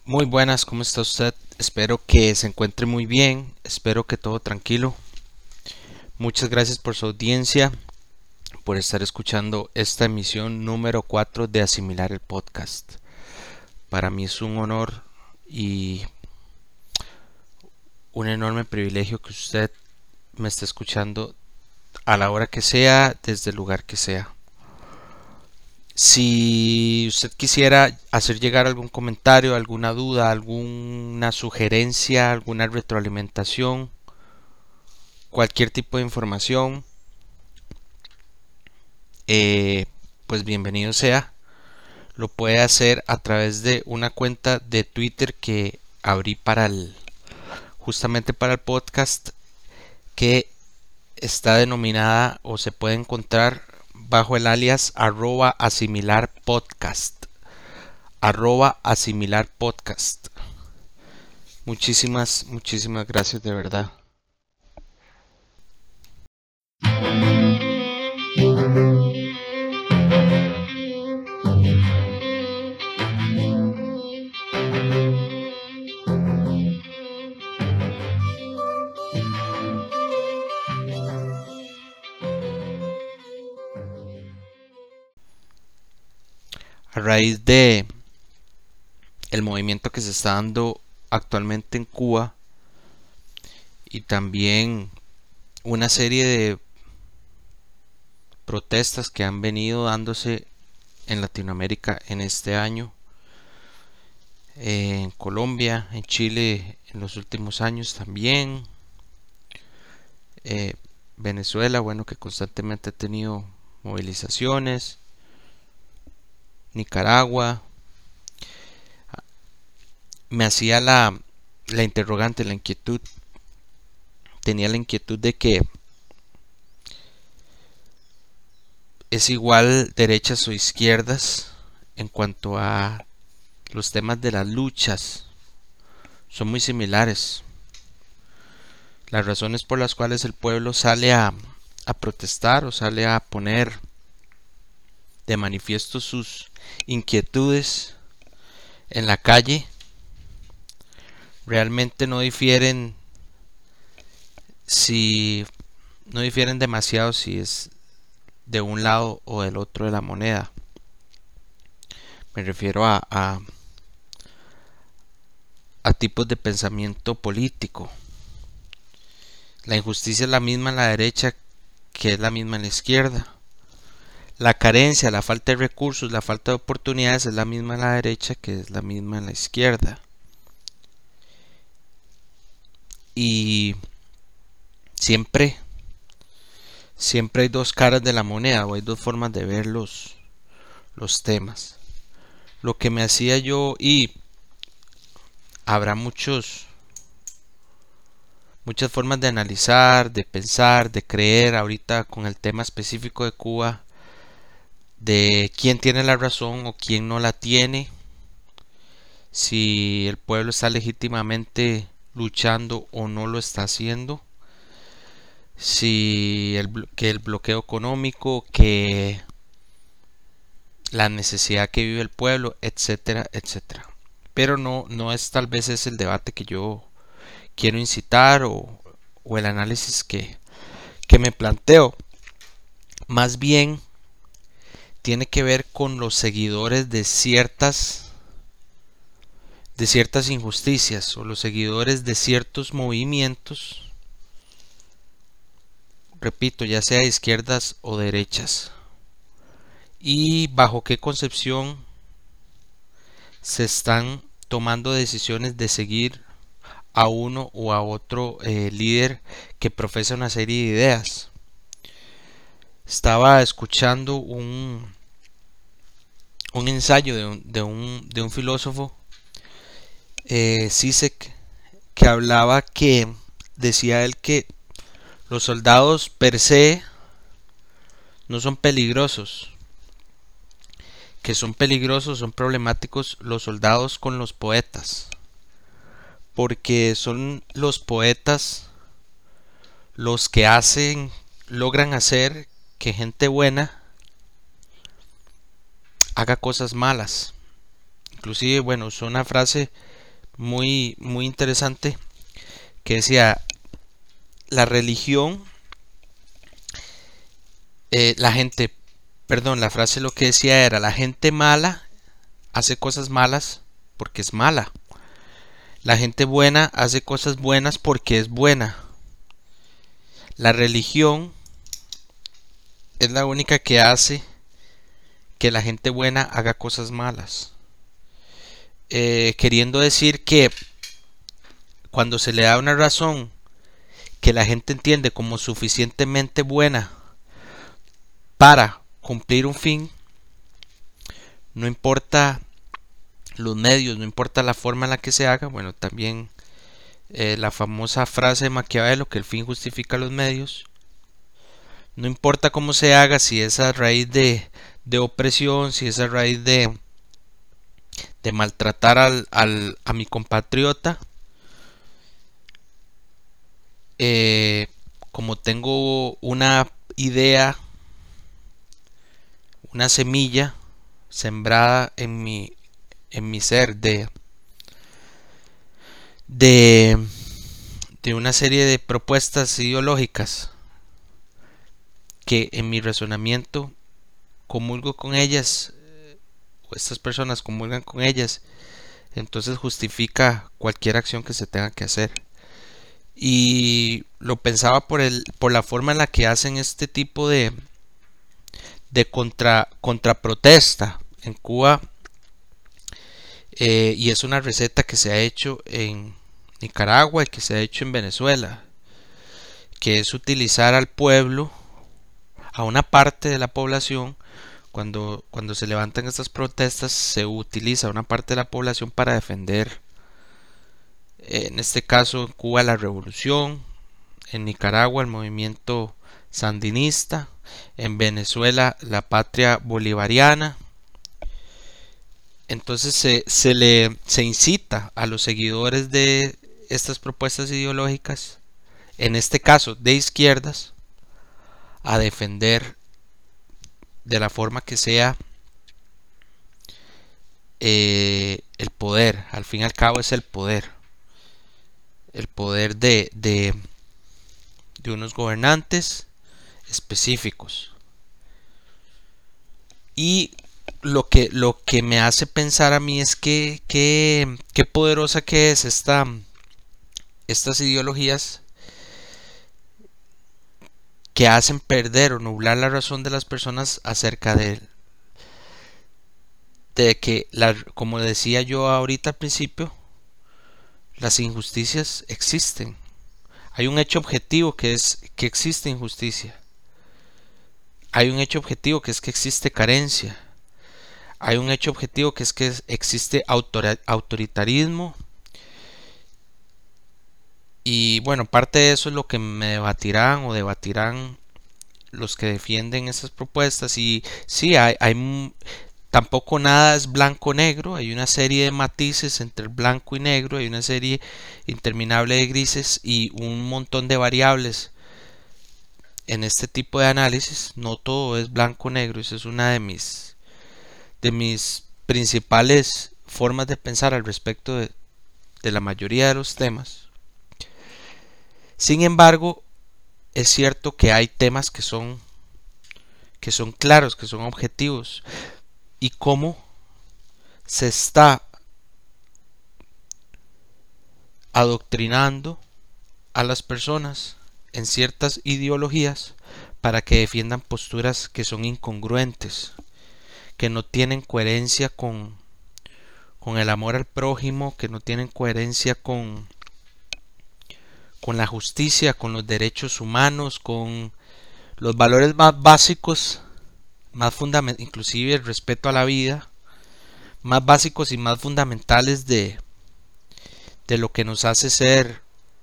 Muy buenas, ¿cómo está usted? Espero que se encuentre muy bien, espero que todo tranquilo. Muchas gracias por su audiencia, por estar escuchando esta emisión número 4 de Asimilar el Podcast. Para mí es un honor y un enorme privilegio que usted me esté escuchando a la hora que sea, desde el lugar que sea. Si usted quisiera hacer llegar algún comentario, alguna duda, alguna sugerencia, alguna retroalimentación, cualquier tipo de información, eh, pues bienvenido sea. Lo puede hacer a través de una cuenta de Twitter que abrí justamente para el podcast, que está denominada o se puede encontrar bajo el alias @asimilarpodcast. @asimilarpodcast. Muchísimas gracias de verdad. A raíz de el movimiento que se está dando actualmente en Cuba y también una serie de protestas que han venido dándose en Latinoamérica en este año, en Colombia, en Chile en los últimos años también, eh, Venezuela, bueno, que constantemente ha tenido movilizaciones, Nicaragua. Me hacía la interrogante, la inquietud, tenía la inquietud de que es igual derechas o izquierdas en cuanto a los temas de las luchas, son muy similares. Las razones por las cuales el pueblo sale a protestar o sale a poner de manifiesto sus inquietudes en la calle realmente si no difieren demasiado si es de un lado o del otro de la moneda. Me refiero a tipos de pensamiento político. La injusticia es la misma en la derecha que es la misma en la izquierda. La carencia, la falta de recursos, la falta de oportunidades es la misma en la derecha que es la misma en la izquierda. Y siempre, siempre hay dos caras de la moneda, o hay dos formas de ver los temas. Lo que me hacía yo, y habrá muchas formas de analizar, de pensar, de creer ahorita con el tema específico de Cuba, de quién tiene la razón o quién no la tiene, si el pueblo está legítimamente luchando o no lo está haciendo, si que el bloqueo económico, que la necesidad que vive el pueblo, etcétera, etcétera. Pero no es tal vez es el debate que yo quiero incitar o el análisis que me planteo. Más bien tiene que ver con los seguidores de ciertas injusticias o los seguidores de ciertos movimientos, repito, ya sea de izquierdas o derechas, y bajo qué concepción se están tomando decisiones de seguir a uno o a otro líder que profesa una serie de ideas. Estaba escuchando un ensayo de un filósofo, Zizek, que hablaba que decía él que los soldados per se no son peligrosos, que son peligrosos, son problemáticos los soldados con los poetas, porque son los poetas los que logran hacer que gente buena haga cosas malas. Inclusive, bueno, usó una frase muy interesante que decía, la religión, la frase lo que decía era, la gente mala hace cosas malas porque es mala. La gente buena hace cosas buenas porque es buena. La religión es la única que hace que la gente buena haga cosas malas. Queriendo decir que cuando se le da una razón que la gente entiende como suficientemente buena para cumplir un fin, no importa los medios, no importa la forma en la que se haga. Bueno, también la famosa frase de Maquiavelo, que el fin justifica los medios. No importa cómo se haga, si es a raíz de opresión, si es a raíz de maltratar a mi compatriota. Como tengo una idea, una semilla sembrada en mi ser de una serie de propuestas ideológicas que en mi razonamiento comulgo con ellas, o estas personas comulgan con ellas, entonces justifica cualquier acción que se tenga que hacer. Y lo pensaba por la forma en la que hacen este tipo de contraprotesta en Cuba. Y es una receta que se ha hecho en Nicaragua y que se ha hecho en Venezuela, que es utilizar al pueblo, a una parte de la población. Cuando se levantan estas protestas, se utiliza a una parte de la población para defender, en este caso en Cuba, la revolución, en Nicaragua el movimiento sandinista, en Venezuela la patria bolivariana. Entonces se incita a los seguidores de estas propuestas ideológicas, en este caso de izquierdas, a defender de la forma que sea el poder. Al fin y al cabo es el poder de unos gobernantes específicos. Y lo que me hace pensar a mí es que qué poderosa que es estas ideologías que hacen perder o nublar la razón de las personas acerca de que, como decía yo ahorita al principio, las injusticias existen. Hay un hecho objetivo que es que existe injusticia. Hay un hecho objetivo que es que existe carencia. Hay un hecho objetivo que es que existe autoritarismo. Y bueno, parte de eso es lo que me debatirán los que defienden esas propuestas. Y sí, tampoco nada es blanco o negro. Hay una serie de matices entre el blanco y negro. Hay una serie interminable de grises y un montón de variables en este tipo de análisis. No todo es blanco o negro. Esa es una de mis principales formas de pensar al respecto de la mayoría de los temas. Sin embargo, es cierto que hay temas que son claros, que son objetivos, y cómo se está adoctrinando a las personas en ciertas ideologías para que defiendan posturas que son incongruentes, que no tienen coherencia con el amor al prójimo, que no tienen coherencia con la justicia, con los derechos humanos, con los valores más básicos, más fundamentales, inclusive el respeto a la vida, más básicos y más fundamentales de lo que nos hace ser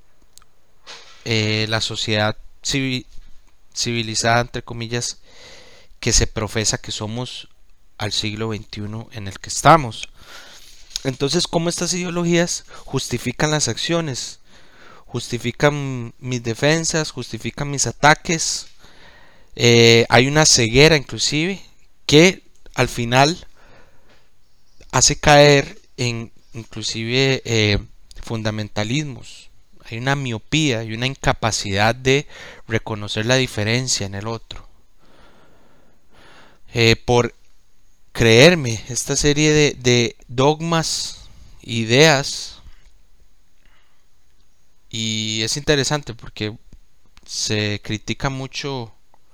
la sociedad civilizada, entre comillas, que se profesa que somos al siglo XXI en el que estamos. Entonces, ¿cómo estas ideologías justifican las acciones? Justifican mis defensas, justifican mis ataques. Hay una ceguera inclusive que al final hace caer en inclusive fundamentalismos. Hay una miopía y una incapacidad de reconocer la diferencia en el otro. Por creerme esta serie de dogmas, ideas, y es interesante porque se critica mucho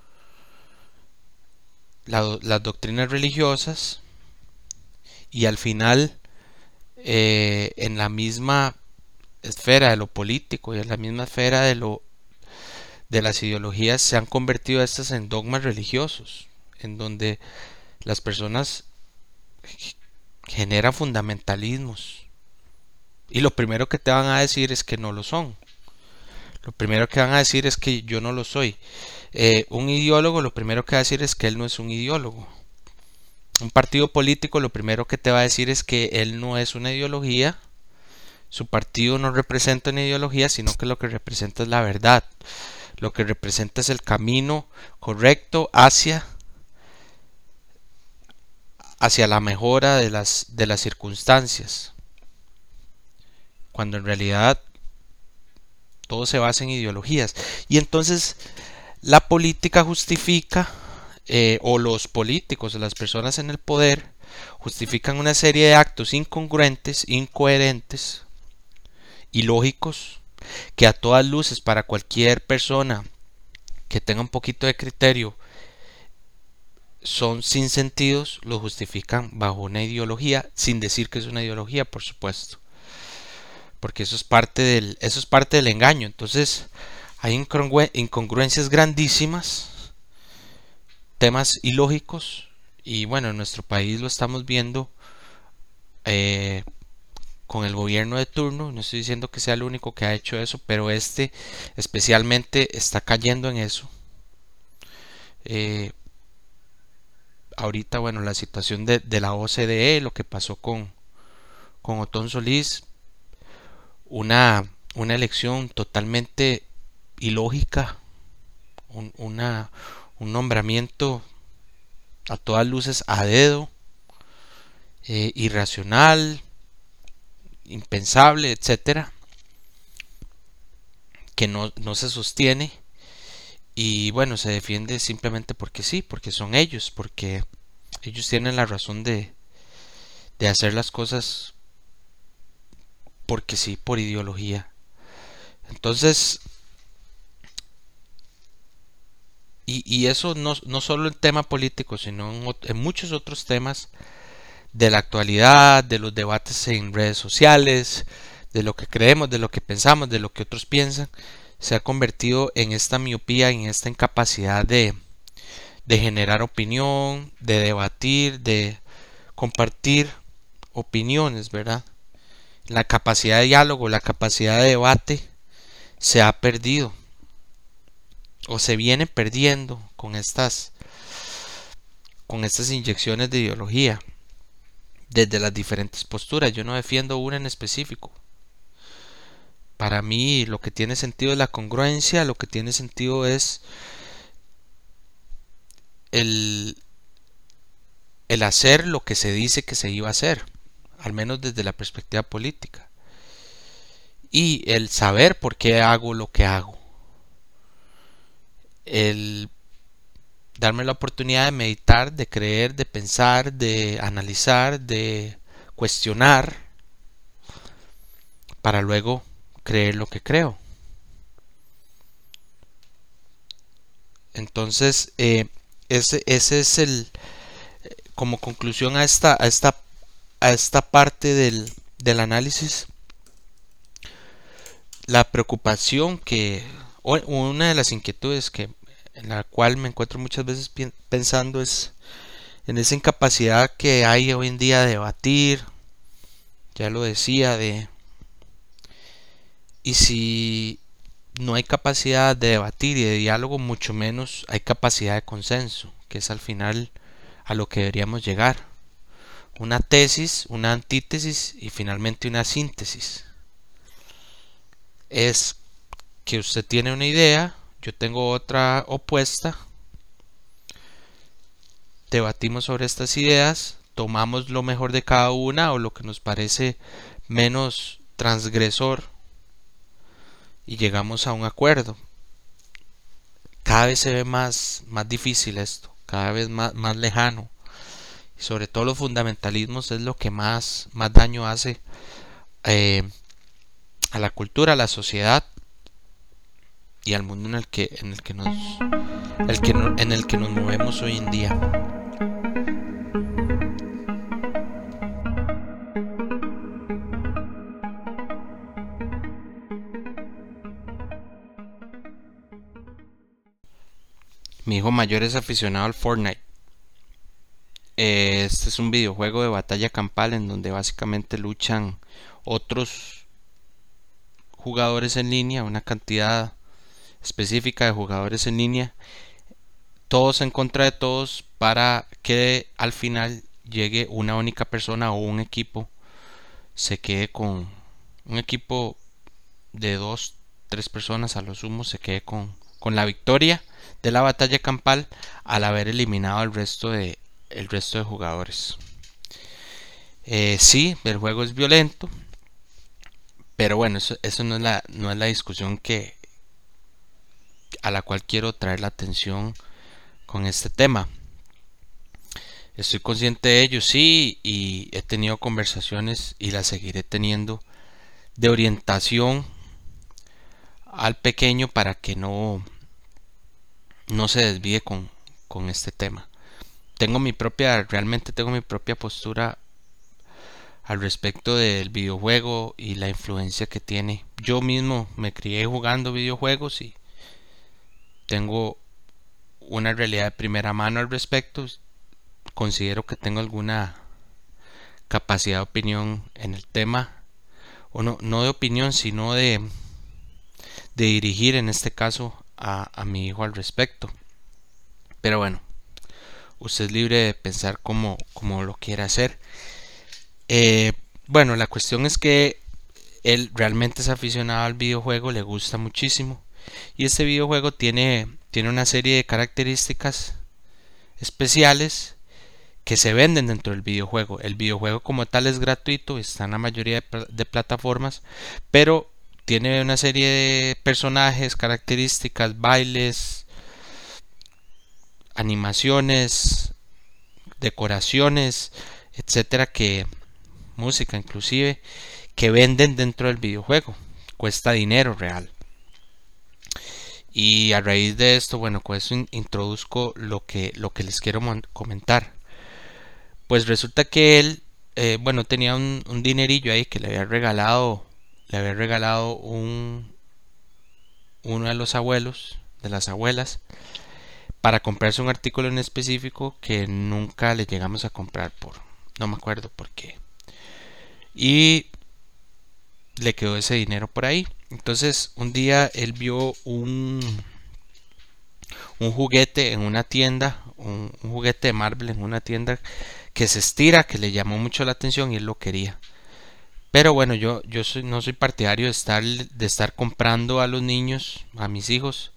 las doctrinas religiosas y al final en la misma esfera de lo político y en la misma esfera de las ideologías se han convertido estas en dogmas religiosos, en donde las personas generan fundamentalismos y lo primero que te van a decir es que no lo son. Lo primero que van a decir es que yo no lo soy. Un ideólogo lo primero que va a decir es que él no es un ideólogo. Un partido político lo primero que te va a decir es que él no es una ideología. Su partido no representa una ideología, sino que lo que representa es la verdad. Lo que representa es el camino correcto hacia la mejora de las circunstancias. Cuando en realidad todo se basa en ideologías. Y entonces la política justifica, o los políticos, o las personas en el poder, justifican una serie de actos incongruentes, incoherentes, ilógicos, que a todas luces para cualquier persona que tenga un poquito de criterio son sin sentidos, lo justifican bajo una ideología, sin decir que es una ideología, por supuesto, porque eso es parte del engaño. Entonces hay incongruencias grandísimas, temas ilógicos, y bueno, en nuestro país lo estamos viendo con el gobierno de turno. No estoy diciendo que sea el único que ha hecho eso, pero este especialmente está cayendo en eso. Ahorita, bueno, la situación de la OCDE, lo que pasó con Otón Solís, una elección totalmente ilógica, un nombramiento a todas luces a dedo, irracional, impensable, etcétera, que no se sostiene. Y bueno, se defiende simplemente porque sí, porque son ellos, porque ellos tienen la razón de hacer las cosas porque sí, por ideología. Entonces, y eso no solo en tema político, sino en muchos otros temas de la actualidad, de los debates en redes sociales, de lo que creemos, de lo que pensamos, de lo que otros piensan, se ha convertido en esta miopía, en esta incapacidad de generar opinión, de debatir, de compartir opiniones, ¿verdad? La capacidad de diálogo, la capacidad de debate se ha perdido o se viene perdiendo con estas inyecciones de ideología desde las diferentes posturas. Yo no defiendo una en específico. Para mí lo que tiene sentido es la congruencia, lo que tiene sentido es el hacer lo que se dice que se iba a hacer, al menos desde la perspectiva política, y el saber por qué hago lo que hago, el darme la oportunidad de meditar, de creer, de pensar, de analizar, de cuestionar, para luego creer lo que creo. Entonces ese es el, como conclusión a esta parte del análisis, la preocupación o una de las inquietudes en la cual me encuentro muchas veces pensando es en esa incapacidad que hay hoy en día de debatir. Ya lo decía, y si no hay capacidad de debatir y de diálogo, mucho menos hay capacidad de consenso, que es al final a lo que deberíamos llegar. Una tesis, una antítesis y finalmente una síntesis. Es que usted tiene una idea, yo tengo otra opuesta, debatimos sobre estas ideas, tomamos lo mejor de cada una o lo que nos parece menos transgresor y llegamos a un acuerdo. Cada vez se ve más difícil esto, cada vez más lejano. Y sobre todo los fundamentalismos es lo que más daño hace a la cultura, a la sociedad y al mundo en el que nos movemos hoy en día. Mi hijo mayor es aficionado al Fortnite. Este es un videojuego de batalla campal en donde básicamente luchan otros jugadores en línea, una cantidad específica de jugadores en línea, todos en contra de todos, para que al final llegue una única persona o un equipo, se quede con un equipo de 2-3 personas a lo sumo, se quede con la victoria de la batalla campal al haber eliminado el resto de jugadores. Sí, el juego es violento, pero bueno, eso no es la discusión a la cual quiero traer la atención con este tema. Estoy consciente de ello, sí, y he tenido conversaciones y las seguiré teniendo de orientación al pequeño para que no se desvíe con este tema. Realmente tengo mi propia postura al respecto del videojuego y la influencia que tiene. Yo mismo me crié jugando videojuegos y tengo una realidad de primera mano al respecto. Considero que tengo alguna capacidad de opinión en el tema, o no de opinión, sino de dirigir en este caso a mi hijo al respecto. Pero bueno, usted es libre de pensar como lo quiera hacer. Bueno, la cuestión es que él realmente es aficionado al videojuego, le gusta muchísimo, y este videojuego tiene una serie de características especiales que se venden dentro del videojuego. El videojuego como tal es gratuito, está en la mayoría de plataformas, pero tiene una serie de personajes, características, bailes, animaciones, decoraciones, etcétera, música inclusive, que venden dentro del videojuego. Cuesta dinero real. Y a raíz de esto, bueno, con eso introduzco lo que les quiero comentar. Pues resulta que él, bueno, tenía un dinerillo ahí que le había regalado uno de los abuelos, de las abuelas, para comprarse un artículo en específico que nunca le llegamos a comprar no me acuerdo por qué. Y le quedó ese dinero por ahí. Entonces un día él vio un juguete en una tienda, un juguete de Marvel en una tienda que se estira, que le llamó mucho la atención y él lo quería. Pero bueno, yo no soy partidario de estar comprando a los niños, a mis hijos,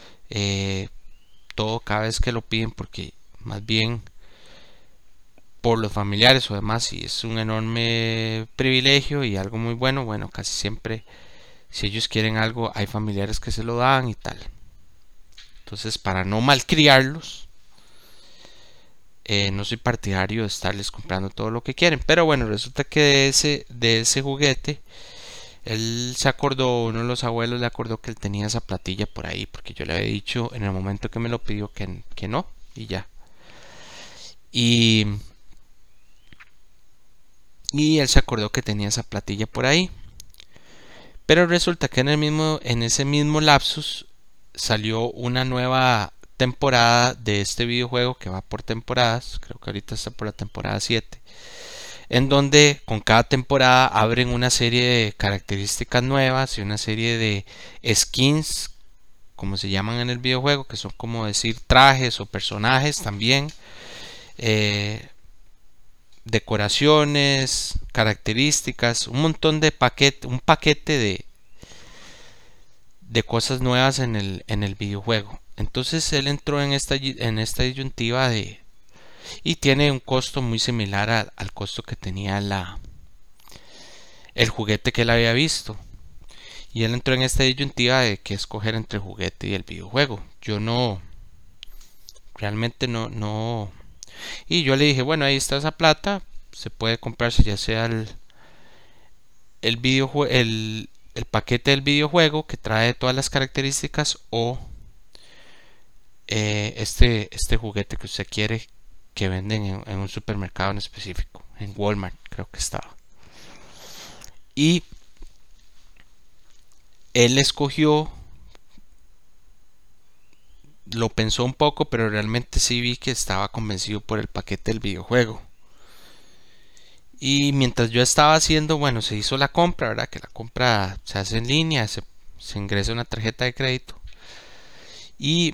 todo cada vez que lo piden, porque más bien por los familiares o demás, si es un enorme privilegio y algo muy bueno, casi siempre si ellos quieren algo hay familiares que se lo dan y tal. Entonces, para no malcriarlos, no soy partidario de estarles comprando todo lo que quieren. Pero bueno, resulta que de ese juguete, él se acordó, uno de los abuelos le acordó que él tenía esa platilla por ahí, porque yo le había dicho en el momento que me lo pidió que no, y ya. Y él se acordó que tenía esa platilla por ahí. Pero resulta que en ese mismo lapsus salió una nueva temporada de este videojuego que va por temporadas. Creo que ahorita está por la temporada 7, en donde con cada temporada abren una serie de características nuevas y una serie de skins, como se llaman en el videojuego, que son como decir trajes o personajes también, decoraciones, características, un montón de un paquete de cosas nuevas en el videojuego. Entonces él entró en esta disyuntiva y tiene un costo muy similar al costo que tenía el juguete que él había visto. Y él entró en esta disyuntiva de que escoger entre el juguete y el videojuego. Yo no, realmente no. Y yo le dije, bueno, ahí está esa plata, se puede comprarse ya sea el paquete del videojuego que trae todas las características o este juguete que usted quiere que venden en un supermercado en específico, en Walmart creo que estaba. Y él escogió, lo pensó un poco, pero realmente sí vi que estaba convencido por el paquete del videojuego. Y mientras yo estaba haciendo, bueno, se hizo la compra, ¿verdad? Que la compra se hace en línea, se ingresa una tarjeta de crédito. Y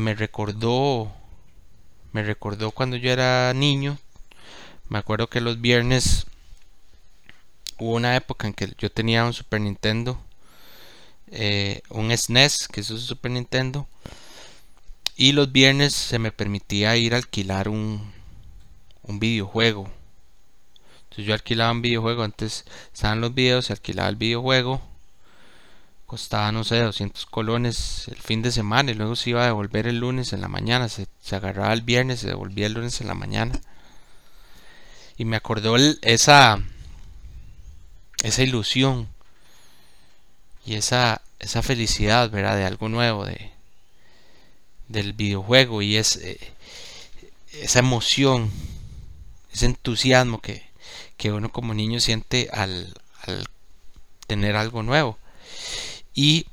me recordó cuando yo era niño. Me acuerdo que los viernes hubo una época en que yo tenía un Super Nintendo, un SNES, que es un Super Nintendo, y los viernes se me permitía ir a alquilar un videojuego. Entonces yo alquilaba un videojuego, antes estaban los videos, se alquilaba el videojuego, costaba no sé 200 colones el fin de semana y luego se iba a devolver el lunes en la mañana, se agarraba el viernes, se devolvía el lunes en la mañana. Y me acordó esa ilusión y esa felicidad, ¿verdad? De algo nuevo, del videojuego y esa emoción, ese entusiasmo que uno como niño siente al tener algo nuevo. Y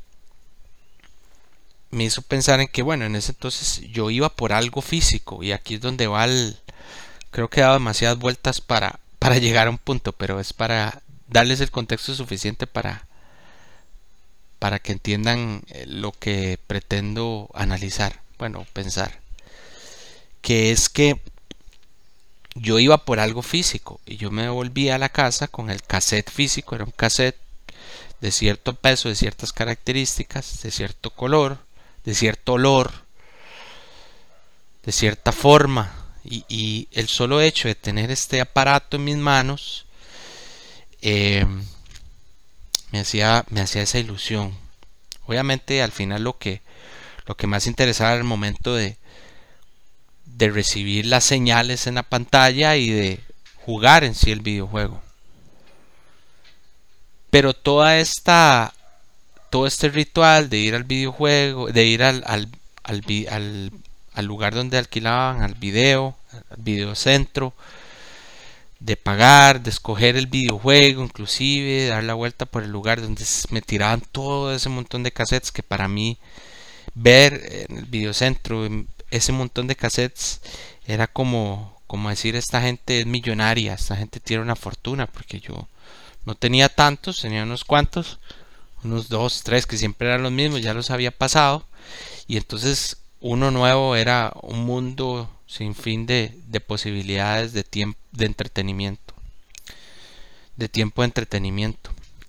me hizo pensar en que, bueno, en ese entonces yo iba por algo físico y aquí es donde va creo que he dado demasiadas vueltas para llegar a un punto, pero es para darles el contexto suficiente para que entiendan lo que pretendo analizar, bueno, pensar, que es que yo iba por algo físico y yo me volví a la casa con el cassette físico, era un cassette de cierto peso, de ciertas características, de cierto color, de cierto olor, de cierta forma, y el solo hecho de tener este aparato en mis manos me hacía esa ilusión. Obviamente al final lo que más interesaba era el momento de recibir las señales en la pantalla y de jugar en sí el videojuego. Pero todo este ritual de ir al videojuego, de ir al lugar donde alquilaban, al videocentro, de pagar, de escoger el videojuego, inclusive dar la vuelta por el lugar donde me tiraban todo ese montón de cassettes, que para mí ver en el videocentro ese montón de cassettes era como decir, esta gente es millonaria, esta gente tiene una fortuna, porque yo no tenía tantos, tenía unos cuantos, unos 2, 3 que siempre eran los mismos, ya los había pasado, y entonces uno nuevo era un mundo sin fin de posibilidades de tiempo de entretenimiento, de tiempo de entretenimiento.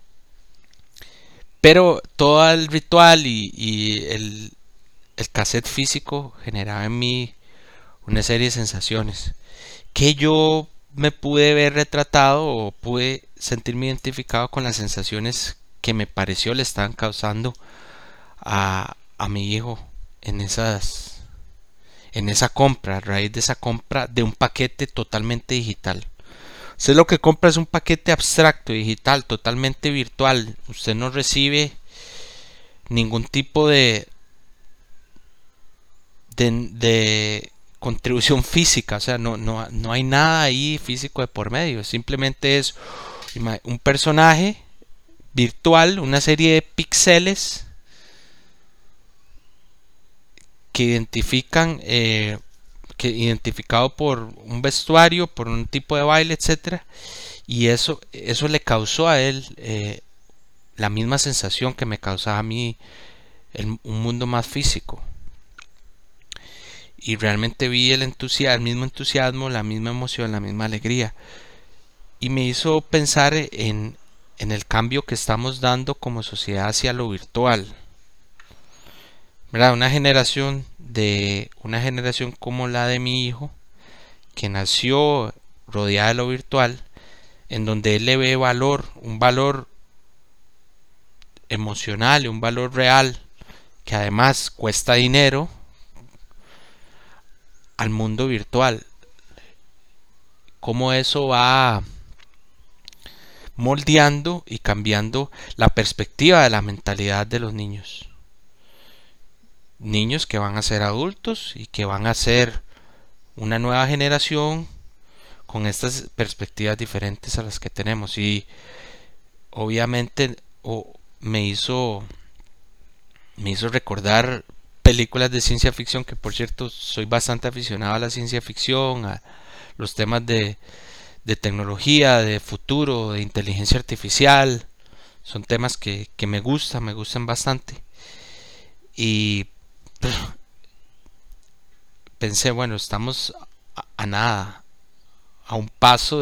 Pero todo el ritual y el cassette físico generaba en mí una serie de sensaciones que yo me pude ver retratado o pude sentirme identificado con las sensaciones que me pareció le estaban causando a mi hijo en esa compra, a raíz de esa compra de un paquete totalmente digital. Usted lo que compra es un paquete abstracto, digital, totalmente virtual. Usted no recibe ningún tipo de contribución física, o sea, no hay nada ahí físico de por medio, simplemente es un personaje virtual, una serie de píxeles que identificado por un vestuario, por un tipo de baile, etcétera, y eso le causó a él la misma sensación que me causaba a mí un mundo más físico. Y realmente vi el mismo entusiasmo, la misma emoción, la misma alegría. Y me hizo pensar en el cambio que estamos dando como sociedad hacia lo virtual. ¿Verdad? Una generación como la de mi hijo, que nació rodeada de lo virtual, en donde él le ve valor, un valor emocional, un valor real, que además cuesta dinero, al mundo virtual. Cómo eso va moldeando y cambiando la perspectiva de la mentalidad de los niños. Niños que van a ser adultos y que van a ser una nueva generación con estas perspectivas diferentes a las que tenemos. Y obviamente me hizo recordar películas de ciencia ficción, que por cierto soy bastante aficionado a la ciencia ficción, a los temas de tecnología, de futuro, de inteligencia artificial. Son temas que me gustan bastante. Y pensé, bueno, estamos a nada, a un paso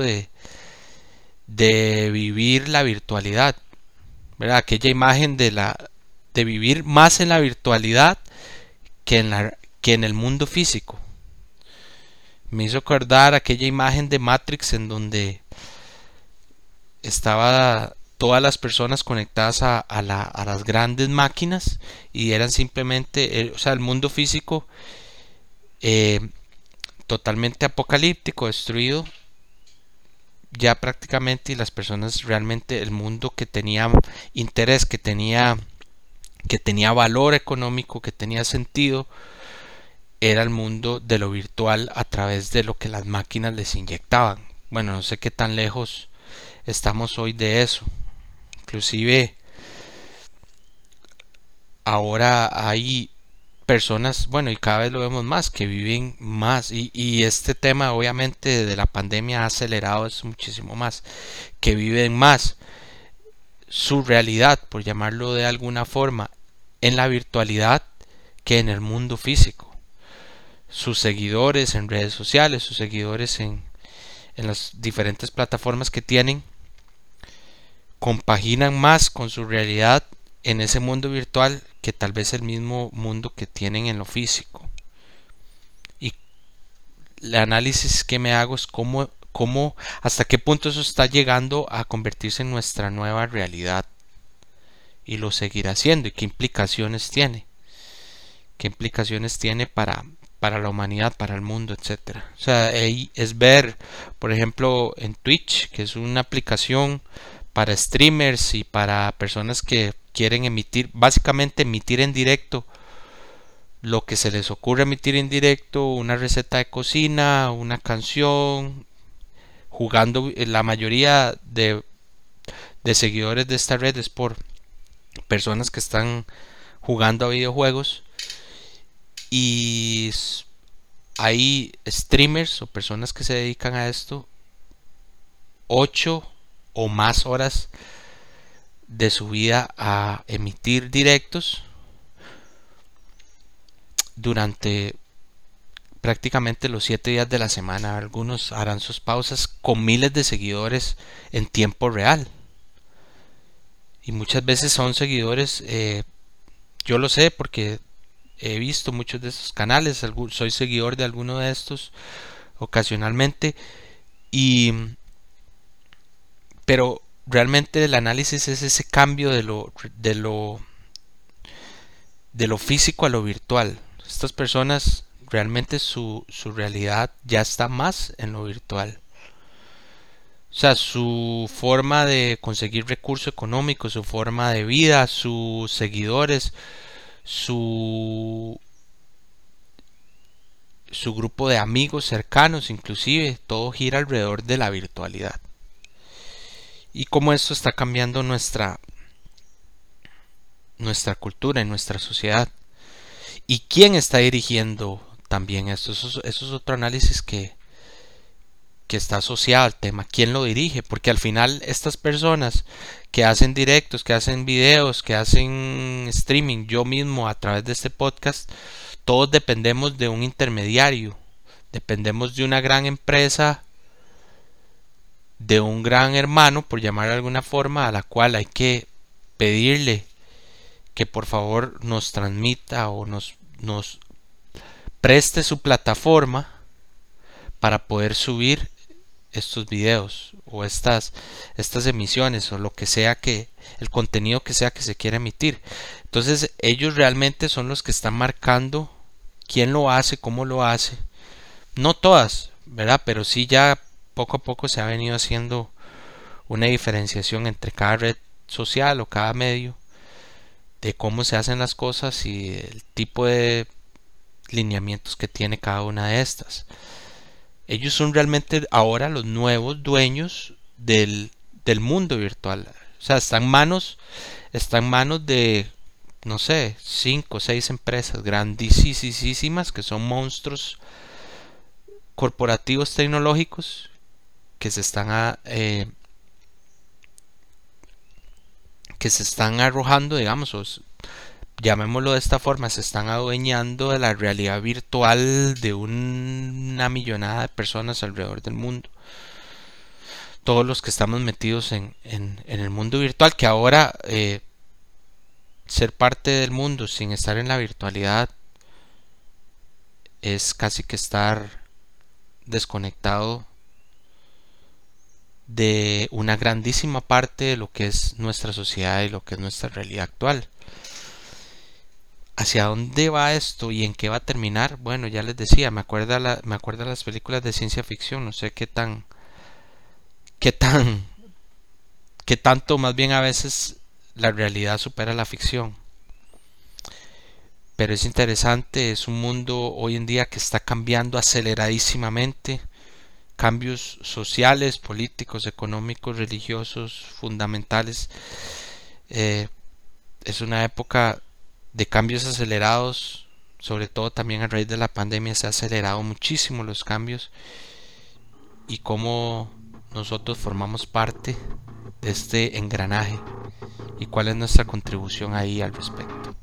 de vivir la virtualidad, ¿verdad? Aquella imagen de vivir más en la virtualidad que en el mundo físico. Me hizo acordar aquella imagen de Matrix en donde estaba todas las personas conectadas a las grandes máquinas y eran simplemente, o sea, el mundo físico eh, totalmente apocalíptico, destruido ya prácticamente, y las personas realmente, el mundo que tenía interés, que tenía valor económico, que tenía sentido, era el mundo de lo virtual a través de lo que las máquinas les inyectaban. Bueno, no sé qué tan lejos estamos hoy de eso. Inclusive ahora hay personas, bueno, y cada vez lo vemos más, que viven más, y este tema obviamente de la pandemia ha acelerado eso muchísimo más, que viven más su realidad, por llamarlo de alguna forma, en la virtualidad que en el mundo físico. Sus seguidores en redes sociales, sus seguidores en las diferentes plataformas que tienen, compaginan más con su realidad en ese mundo virtual que tal vez el mismo mundo que tienen en lo físico. Y el análisis que me hago es cómo hasta qué punto eso está llegando a convertirse en nuestra nueva realidad, y lo seguirá haciendo, y qué implicaciones tiene para la humanidad, para el mundo, etcétera. O sea, ahí es ver, por ejemplo, en Twitch, que es una aplicación para streamers y para personas que quieren emitir, básicamente emitir en directo lo que se les ocurre emitir en directo, una receta de cocina, una canción, jugando. La mayoría de seguidores de esta red es por personas que están jugando a videojuegos, y hay streamers o personas que se dedican a esto 8 o más horas de su vida a emitir directos durante prácticamente los 7 días de la semana. Algunos harán sus pausas con miles de seguidores en tiempo real, y muchas veces son seguidores, yo lo sé porque he visto muchos de estos canales, soy seguidor de alguno de estos ocasionalmente, y pero realmente el análisis es ese cambio de lo físico a lo virtual. Estas personas realmente su realidad ya está más en lo virtual. O sea, su forma de conseguir recursos económicos, su forma de vida, sus seguidores, su, su grupo de amigos cercanos, inclusive, todo gira alrededor de la virtualidad. Y cómo esto está cambiando nuestra cultura y nuestra sociedad. ¿Y quién está dirigiendo también esto? Eso es otro análisis que está asociado al tema. ¿Quién lo dirige? Porque al final estas personas que hacen directos, que hacen videos, que hacen streaming, yo mismo a través de este podcast, todos dependemos de un intermediario. Dependemos de una gran empresa, de un gran hermano, por llamar de alguna forma, a la cual hay que pedirle que por favor nos transmita o nos preste su plataforma para poder subir estos videos o estas emisiones o lo que sea, que el contenido que sea que se quiera emitir. Entonces ellos realmente son los que están marcando quién lo hace, cómo lo hace. No todas, ¿verdad? Pero sí ya poco a poco se ha venido haciendo una diferenciación entre cada red social o cada medio, de cómo se hacen las cosas y el tipo de lineamientos que tiene cada una de estas. Ellos son realmente ahora los nuevos dueños del mundo virtual. O sea, está en manos de, no sé, 5 o 6 empresas grandísimas que son monstruos corporativos tecnológicos que se están arrojando, digamos, llamémoslo de esta forma, se están adueñando de la realidad virtual de una millonada de personas alrededor del mundo. Todos los que estamos metidos en el mundo virtual, que ahora ser parte del mundo sin estar en la virtualidad es casi que estar desconectado de una grandísima parte de lo que es nuestra sociedad y lo que es nuestra realidad actual. ¿Hacia dónde va esto y en qué va a terminar? Bueno, ya les decía, me acuerda las películas de ciencia ficción, no sé qué tanto más bien a veces la realidad supera la ficción. Pero es interesante, es un mundo hoy en día que está cambiando aceleradísimamente, cambios sociales, políticos, económicos, religiosos, fundamentales. Es una época de cambios acelerados, sobre todo también a raíz de la pandemia se ha acelerado muchísimo los cambios y cómo nosotros formamos parte de este engranaje y cuál es nuestra contribución ahí al respecto.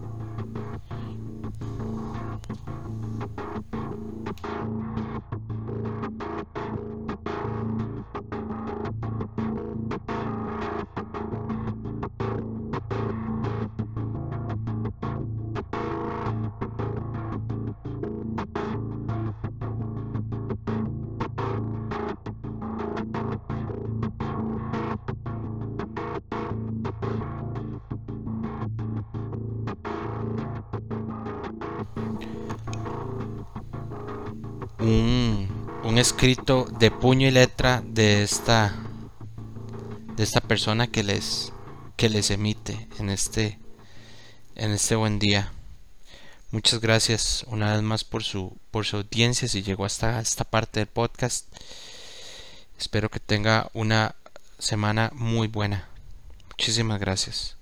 Un escrito de puño y letra de esta persona que les emite en este buen día. Muchas gracias una vez más por su audiencia. Si llegó hasta esta parte del podcast, espero que tenga una semana muy buena. Muchísimas gracias.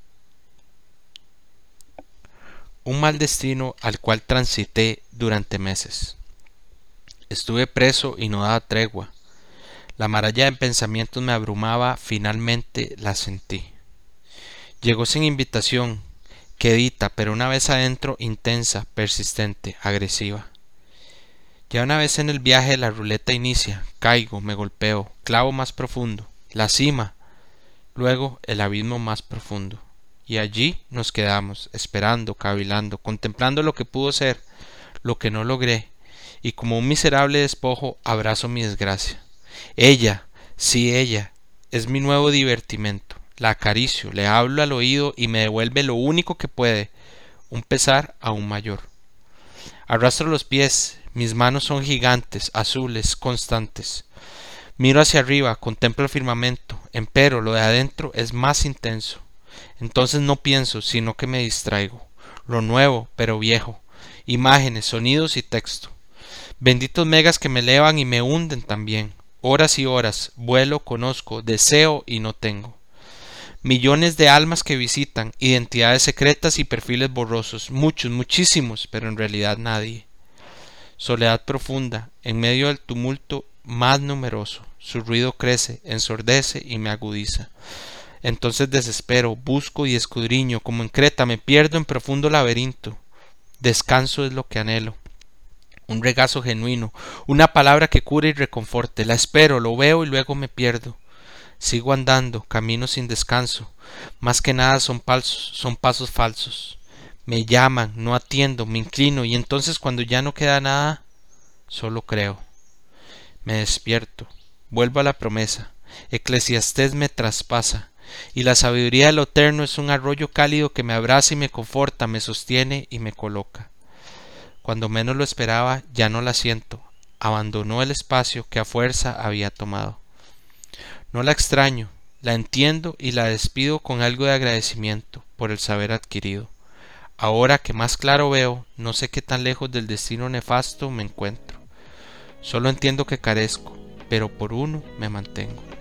Un mal destino al cual transité durante meses. Estuve preso y no daba tregua. La maraña de pensamientos me abrumaba, finalmente la sentí. Llegó sin invitación, quedita, pero una vez adentro, intensa, persistente, agresiva. Ya una vez en el viaje la ruleta inicia, caigo, me golpeo, clavo más profundo, la cima, luego el abismo más profundo. Y allí nos quedamos, esperando, cavilando, contemplando lo que pudo ser, lo que no logré, y como un miserable despojo abrazo mi desgracia. Ella, sí ella, es mi nuevo divertimento. La acaricio, le hablo al oído y me devuelve lo único que puede, un pesar aún mayor. Arrastro los pies, mis manos son gigantes, azules, constantes. Miro hacia arriba, contemplo el firmamento, empero lo de adentro es más intenso. Entonces no pienso, sino que me distraigo. Lo nuevo, pero viejo. Imágenes, sonidos y texto. Benditos megas que me elevan y me hunden también. Horas y horas, vuelo, conozco, deseo y no tengo. Millones de almas que visitan, identidades secretas y perfiles borrosos, muchos, muchísimos, pero en realidad nadie. Soledad profunda, en medio del tumulto más numeroso, su ruido crece, ensordece y me agudiza. Entonces desespero, busco y escudriño, como en Creta me pierdo en profundo laberinto. Descanso es lo que anhelo. Un regazo genuino, una palabra que cure y reconforte. La espero, lo veo y luego me pierdo. Sigo andando, camino sin descanso. Más que nada son pasos falsos. Me llaman, no atiendo, me inclino y entonces cuando ya no queda nada, solo creo. Me despierto, Vuelvo a la promesa. Eclesiastés me traspasa, y la sabiduría de lo eterno es un arroyo cálido que me abraza y me conforta, me sostiene y me coloca. Cuando menos lo esperaba, ya no la siento. Abandonó el espacio que a fuerza había tomado. No la extraño, la entiendo y la despido con algo de agradecimiento por el saber adquirido. Ahora que más claro veo, no sé qué tan lejos del destino nefasto me encuentro. Solo entiendo que carezco, pero por uno me mantengo.